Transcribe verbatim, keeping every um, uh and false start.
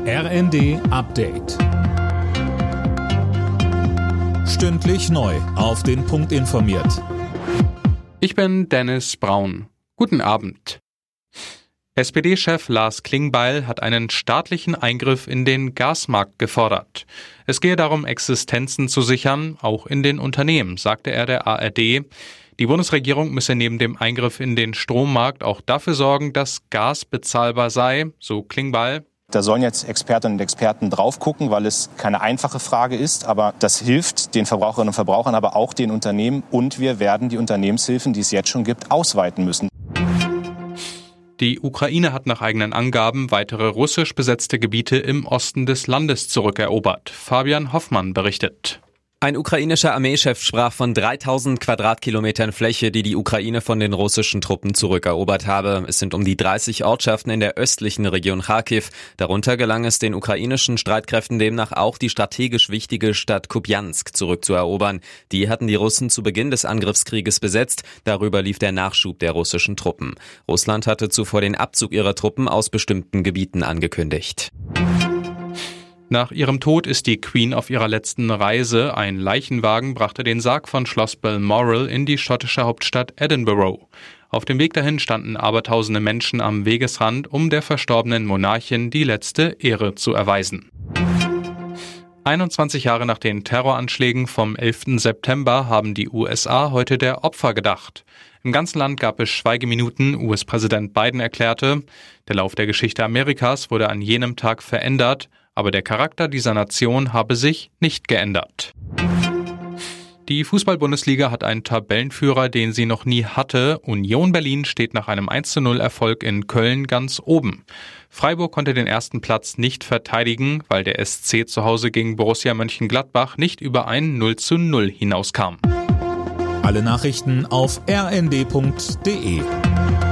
R N D Update. Stündlich neu auf den Punkt informiert. Ich bin Dennis Braun. Guten Abend. S P D-Chef Lars Klingbeil hat einen staatlichen Eingriff in den Gasmarkt gefordert. Es gehe darum, Existenzen zu sichern, auch in den Unternehmen, sagte er der A R D. Die Bundesregierung müsse neben dem Eingriff in den Strommarkt auch dafür sorgen, dass Gas bezahlbar sei, so Klingbeil. Da sollen jetzt Expertinnen und Experten drauf gucken, weil es keine einfache Frage ist. Aber das hilft den Verbraucherinnen und Verbrauchern, aber auch den Unternehmen. Und wir werden die Unternehmenshilfen, die es jetzt schon gibt, ausweiten müssen. Die Ukraine hat nach eigenen Angaben weitere russisch besetzte Gebiete im Osten des Landes zurückerobert. Fabian Hoffmann berichtet. Ein ukrainischer Armeechef sprach von dreitausend Quadratkilometern Fläche, die die Ukraine von den russischen Truppen zurückerobert habe. Es sind um die dreißig Ortschaften in der östlichen Region Charkiw. Darunter gelang es den ukrainischen Streitkräften demnach auch, die strategisch wichtige Stadt Kupjansk zurückzuerobern. Die hatten die Russen zu Beginn des Angriffskrieges besetzt. Darüber lief der Nachschub der russischen Truppen. Russland hatte zuvor den Abzug ihrer Truppen aus bestimmten Gebieten angekündigt. Nach ihrem Tod ist die Queen auf ihrer letzten Reise. Ein Leichenwagen brachte den Sarg von Schloss Balmoral in die schottische Hauptstadt Edinburgh. Auf dem Weg dahin standen abertausende Menschen am Wegesrand, um der verstorbenen Monarchin die letzte Ehre zu erweisen. einundzwanzig Jahre nach den Terroranschlägen vom elften September haben die U S A heute der Opfer gedacht. Im ganzen Land gab es Schweigeminuten. U S-Präsident Biden erklärte, der Lauf der Geschichte Amerikas wurde an jenem Tag verändert, aber der Charakter dieser Nation habe sich nicht geändert. Die Fußball-Bundesliga hat einen Tabellenführer, den sie noch nie hatte. Union Berlin steht nach einem eins zu null Erfolg in Köln ganz oben. Freiburg konnte den ersten Platz nicht verteidigen, weil der S C zu Hause gegen Borussia Mönchengladbach nicht über ein null zu null hinauskam. Alle Nachrichten auf r n d punkt d e.